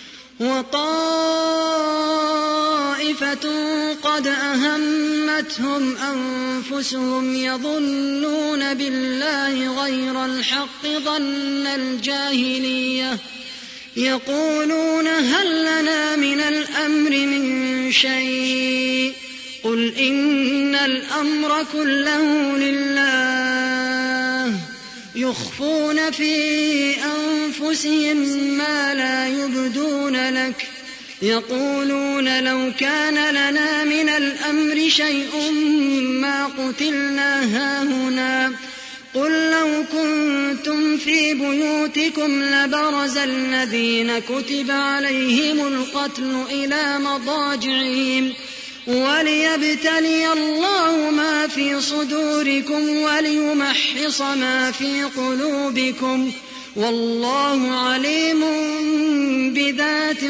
Speaker 1: وطائفة قد أهمتهم أنفسهم يظنون بالله غير الحق ظن الجاهلية يقولون هل لنا من الأمر من شيء قل إن الأمر كله لله يخفون في أنفسهم ما لا يبدون لك يقولون لو كان لنا من الأمر شيء ما قتلنا هاهنا قل لو كنتم في بيوتكم لبرز الذين كتب عليهم القتل إلى مضاجعهم وليبتلي الله ما في صدوركم وليمحص ما في قلوبكم والله عليم بذات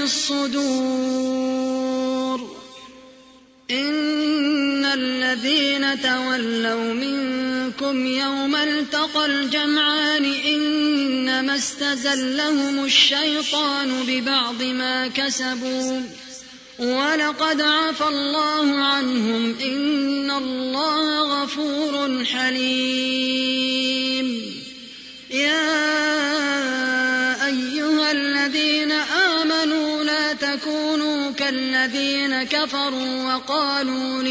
Speaker 1: الصدور إن الذين تولوا منكم يوم التقى الجمعان إنما استزلهم الشيطان ببعض ما كسبوا ولقد عفى الله عنهم إن الله غفور حليم. يا أيها الذين آمنوا لا تكونوا كالذين كفروا وقالوا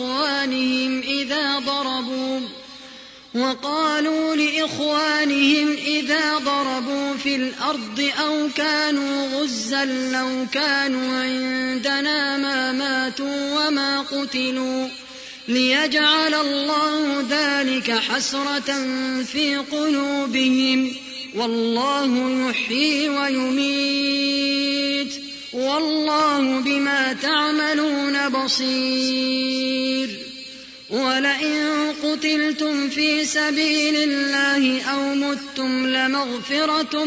Speaker 1: لإخوانهم إذا ضربوا في الأرض أو كانوا غزا لو كانوا عندنا ما ماتوا وما قتلوا ليجعل الله ذلك حسرة في قلوبهم والله يحيي ويميت والله بما تعملون بصير. ولئن قتلتم في سبيل الله أو متم لمغفرة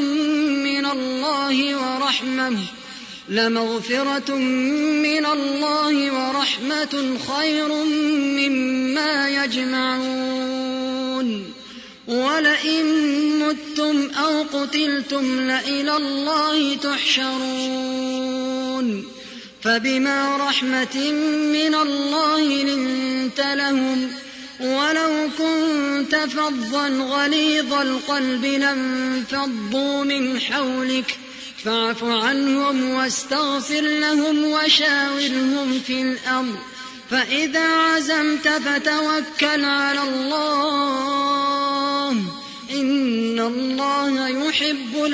Speaker 1: من الله ورحمة خير مما يجمعون. ولئن متم أو قتلتم لإلى الله تحشرون. فبما رحمة من الله لنت لهم ولو كنت فظا غليظ القلب لانفضوا من حولك فاعف عنهم واستغفر لهم وشاورهم في الأمر فإذا عزمت فتوكل على الله إن الله يحب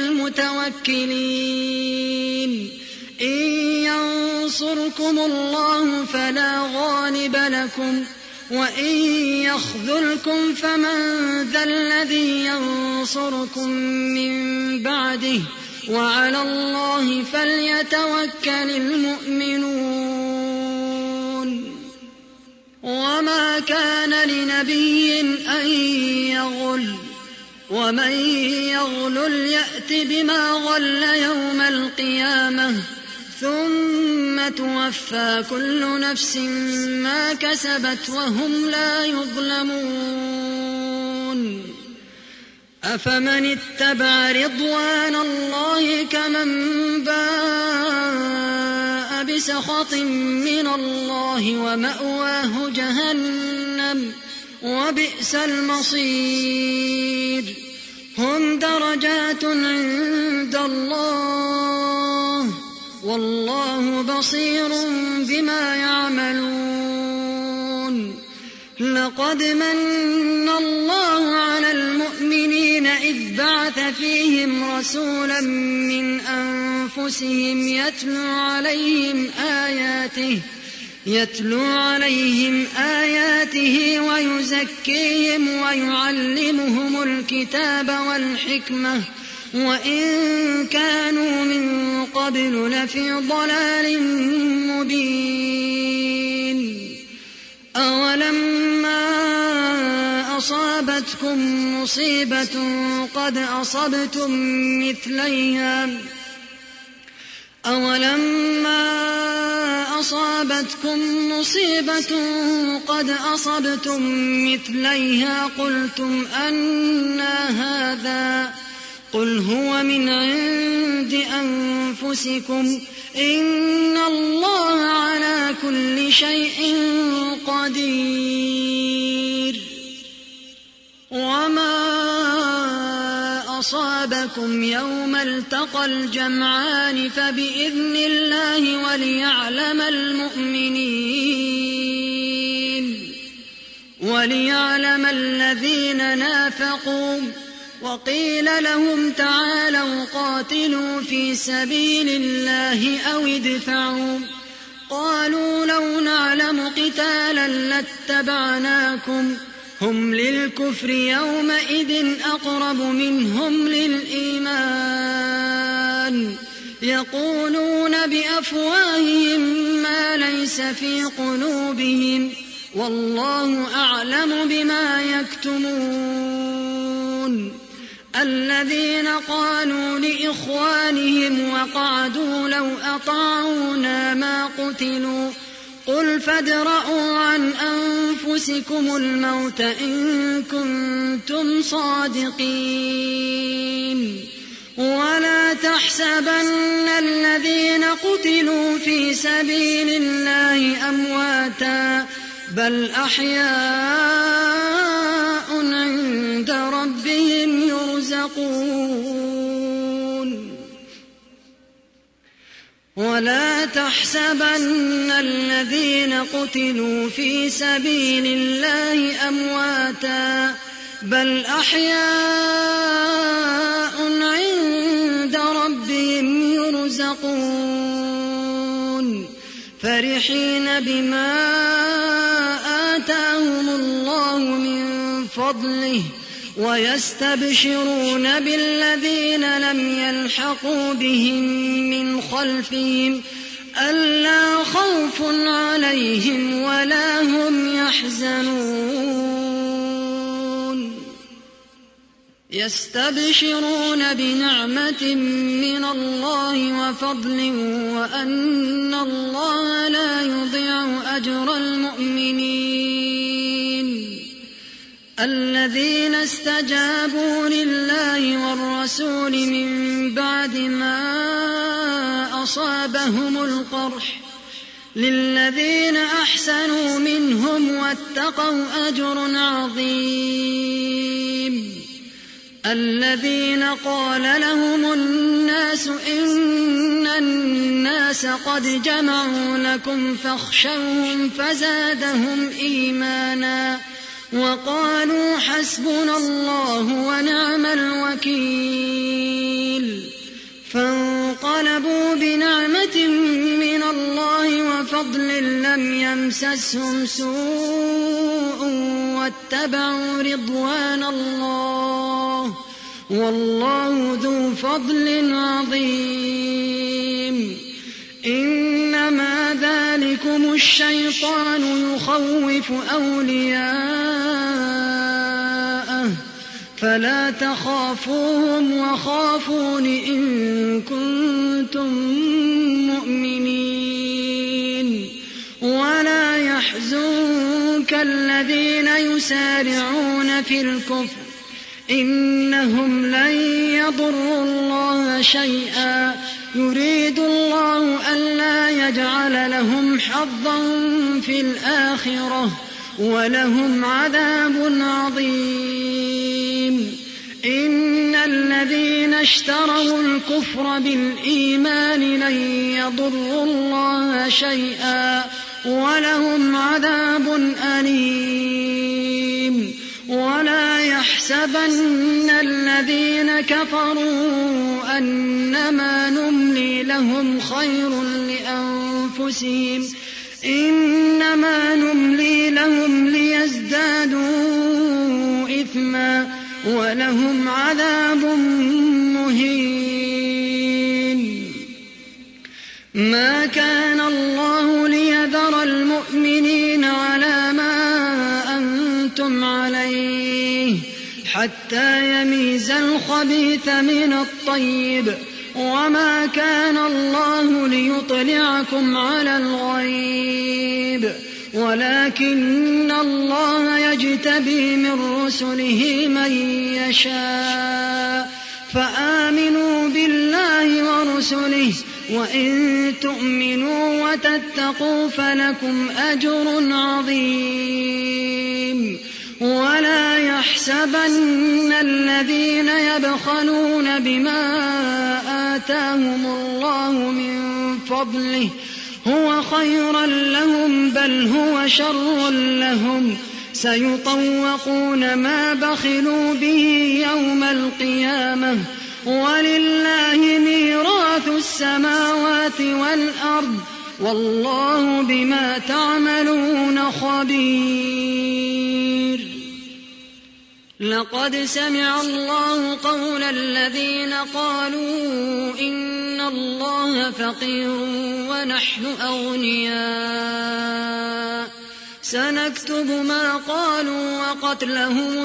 Speaker 1: المتوكلين. إن ينصركم الله فلا غالب لكم وإن يخذلكم فمن ذا الذي ينصركم من بعده وعلى الله فليتوكل المؤمنون. وما كان لنبي أن يغل ومن يغلل يأت بما غل يوم القيامة ثم توفى كل نفس ما كسبت وهم لا يظلمون. أفمن اتبع رضوان الله كمن باء بسخط من الله ومأواه جهنم وبئس المصير. هم درجات عند الله والله بصير بما يعملون. لقد من الله على المؤمنين إذ بعث فيهم رسولا من أنفسهم يتلو عليهم آياته ويزكيهم ويعلمهم الكتاب والحكمة وإن كانوا من قبل لفي ضلال مبين. أولما أصابتكم مصيبة قد أصبتم مثليها قلتم أنى هذا قل هو من عند أنفسكم إن الله على كل شيء قدير. وما أصابكم يوم التقى الجمعان فبإذن الله وليعلم الذين نافقوا. وقيل لهم تعالوا قاتلوا في سبيل الله أو ادفعوا قالوا لو نعلم قتالا لاتبعناكم هم للكفر يومئذ أقرب منهم للإيمان يقولون بأفواههم ما ليس في قلوبهم والله أعلم بما يكتمون. الذين قالوا لإخوانهم وقعدوا لو أطاعونا ما قتلوا قل فادرءوا عن أنفسكم الموت إن كنتم صادقين. ولا تحسبن الذين قتلوا في سبيل الله أمواتا بل أحياء عند ربهم يرزقون ولا تحسبن الذين قتلوا في سبيل الله أمواتا بل أحياء عند ربهم يرزقون فرحين بما آتاهم الله من فضله ويستبشرون بالذين لم يلحقوا بهم من خلفهم ألا خوف عليهم ولا هم يحزنون يستبشرون بنعمة من الله وفضل وأن الله لا يضيع أجر المؤمنين الذين استجابوا لله والرسول من بعد ما أصابهم القرح للذين أحسنوا منهم واتقوا أجر عظيم الذين قال لهم الناس إن الناس قد جمعوا لكم فاخشوهم فزادهم إيمانا وقالوا حسبنا الله ونعم الوكيل فانقلبوا بنعمة من الله وفضل لم يمسسهم سوء واتبعوا رضوان الله والله ذو فضل عظيم إنما ذلكم الشيطان يخوف أولياءه فلا تخافوهم وخافون إن كنتم مؤمنين ولا يحزنك الذين يسارعون في الكفر إنهم لن يضروا الله شيئا يريد الله ألا يجعل لهم حظا في الآخرة ولهم عذاب عظيم إن الذين اشتروا الكفر بالإيمان لن يضروا الله شيئا ولهم عذاب أليم ولا يحسبن الذين كفروا أنما نملي لهم خير لأنفسهم إنما نملي لهم ليزدادوا إثما ولهم عذاب مهين ما كان الله ليذر المؤمنين على ما أنتم عليه حتى يميز الخبيث من الطيب وما كان الله ليطلعكم على الغيب ولكن الله يجتبي من رسله من يشاء فآمنوا بالله ورسله وإن تؤمنوا وتتقوا فلكم أجر عظيم ولا يحسبن الذين يبخلون بما آتاهم الله من فضله هو خيرا لهم بل هو شر لهم سيطوقون ما بخلوا به يوم القيامة ولله ميراث السماوات والأرض والله بما تعملون خبير لقد سمع الله قول الذين قالوا إن الله فقير ونحن أغنياء سنكتب ما قالوا وقتلهم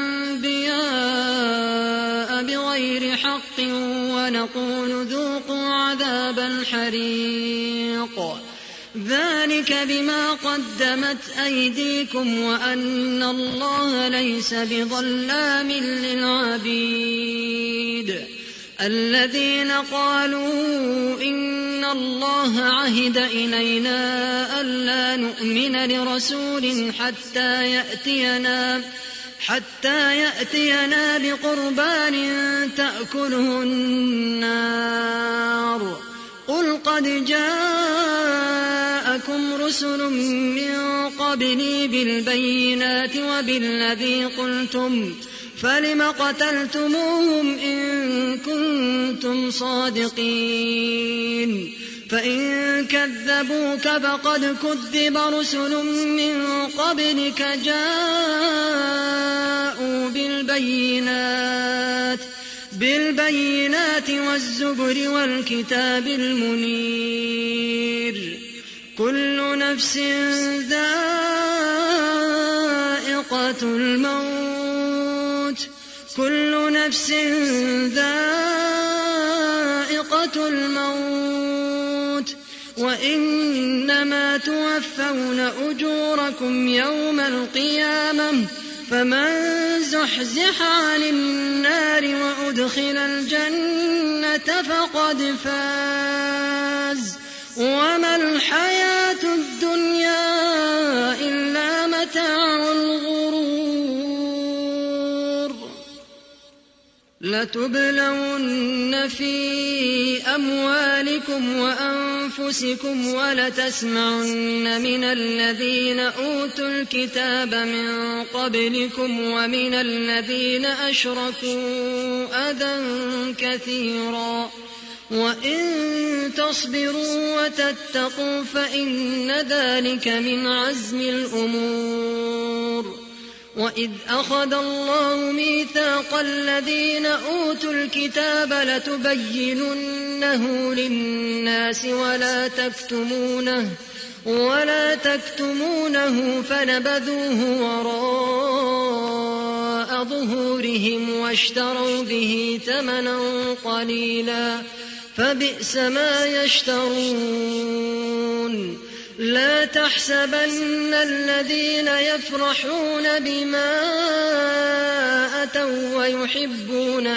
Speaker 1: الأنبياء بغير حق ونقول ذوقوا عذاب الحريق ذلك بما قدمت أيديكم وأن الله ليس بظلام للعبيد الذين قالوا إن الله عهد إلينا ألا نؤمن لرسول حتى يأتينا بقربان تأكله النار قل قد جاءكم رسل من قبلي بالبينات وبالذي قلتم فلم قتلتموهم إن كنتم صادقين فإن كذبوك فقد كذب رسل من قبلك جاءوا بالبينات والزبر والكتاب المنير كل نفس ذائقة الموت وإنما توفون أجوركم يوم القيامة فمن زحزح عن النار وأدخل الجنة فقد فاز وما الحياة الدنيا إلا متاع الغرور لتبلون في أموالكم وأنفسكم ولتسمعن من الذين أوتوا الكتاب من قبلكم ومن الذين أشركوا أذى كثيرا وإن تصبروا وتتقوا فإن ذلك من عزم الأمور وإذ أخذ الله ميثاق الذين أوتوا الكتاب لتبيننه للناس ولا تكتمونه فنبذوه وراء ظهورهم واشتروا به ثمنا قليلا فبئس ما يشترون لا تحسبن الذين يفرحون بما أتوا ويحبون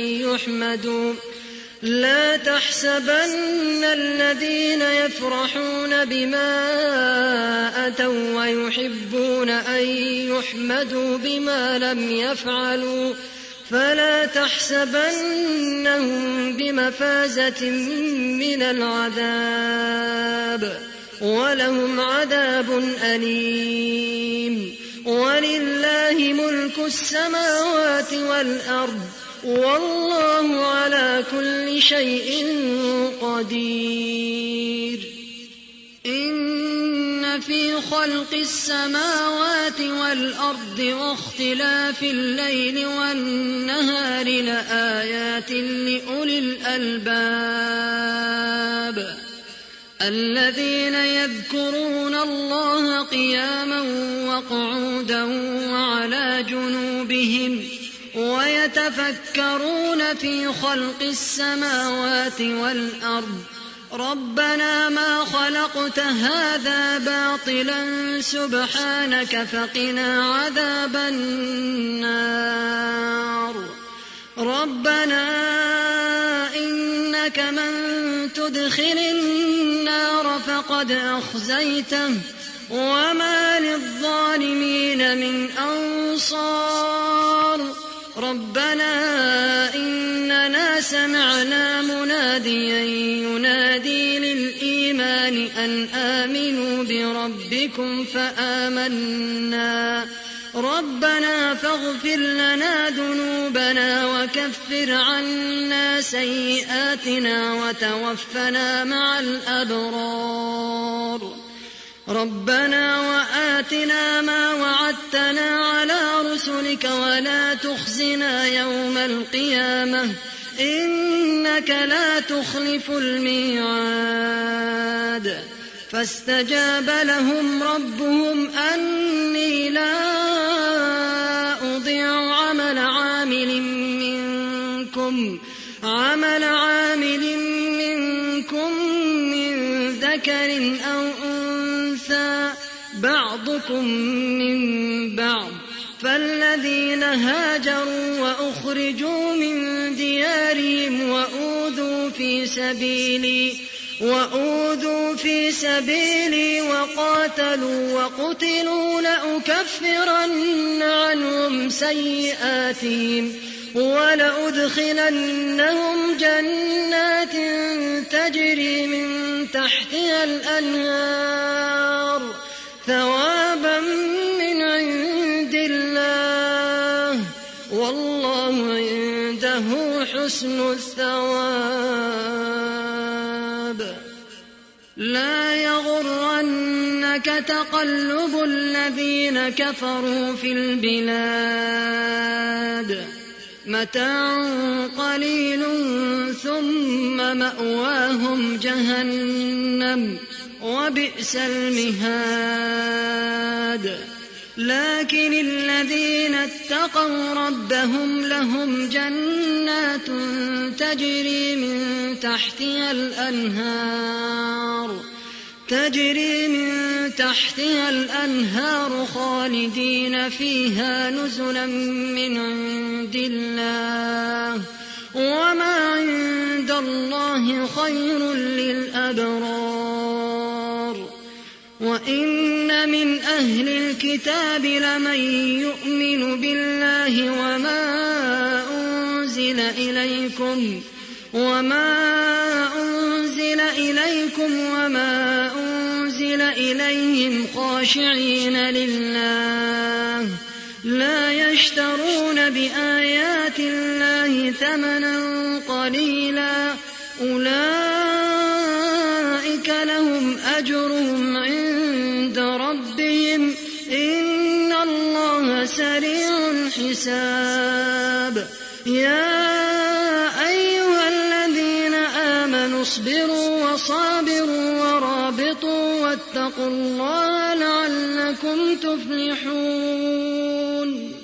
Speaker 1: أن يحمدوا بما لم يفعلوا فلا تحسبنهم بمفازة من العذاب ولهم عذاب أليم ولله ملك السماوات والأرض والله على كل شيء قدير إن في خلق السماوات والأرض واختلاف الليل والنهار لآيات لأولي الألباب الذين يذكرون الله قياما وقعودا وعلى جنوبهم ويتفكرون في خلق السماوات والأرض ربنا ما خلقت هذا باطلا سبحانك فقنا عذاب النار ربنا إنك من تدخل النار فقد أخزيته وما للظالمين من أنصار ربنا إننا سمعنا مناديا ينادي للإيمان أن آمنوا بربكم فآمنا ربنا فاغفر لنا ذنوبنا وكفر عنا سيئاتنا وتوفنا مع الأبرار ربنا وآتنا ما وعدتنا على رسلك ولا تخزنا يوم القيامة إنك لا تخلف الميعاد فاستجاب لهم ربهم أني لا أضيع عمل عامل منكم من ذكر أو أنثى بعضكم من بعض الذين هاجروا وأخرجوا من ديارهم وأوذوا في سبيلي وقاتلوا وقتلوا لأكفرن عنهم سيئاتهم ولأدخلنهم جنات تجري من تحتها الأنهار ثوابا من عند الله والله عنده حسن الثواب. لا يغرنك تقلب الذين كفروا في البلاد متاع قليل ثم مأواهم جهنم وبئس المهاد. لكن الذين اتقوا ربهم لهم جنات تجري من تحتها الأنهار خالدين فيها نزلا من عند الله وما عند الله خير للأبرار. وإن من أهل الكتاب لمن يؤمن بالله وما أنزل إليكم وما أنزل إليهم خاشعين لله لا يشترون بآيات الله ثمنا قليلا أولئك لهم أجرهم عند ربهم إن الله سريع الحساب. يا أيها الذين آمنوا اصبروا وصابروا ورابطوا واتقوا الله لعلكم تفلحون.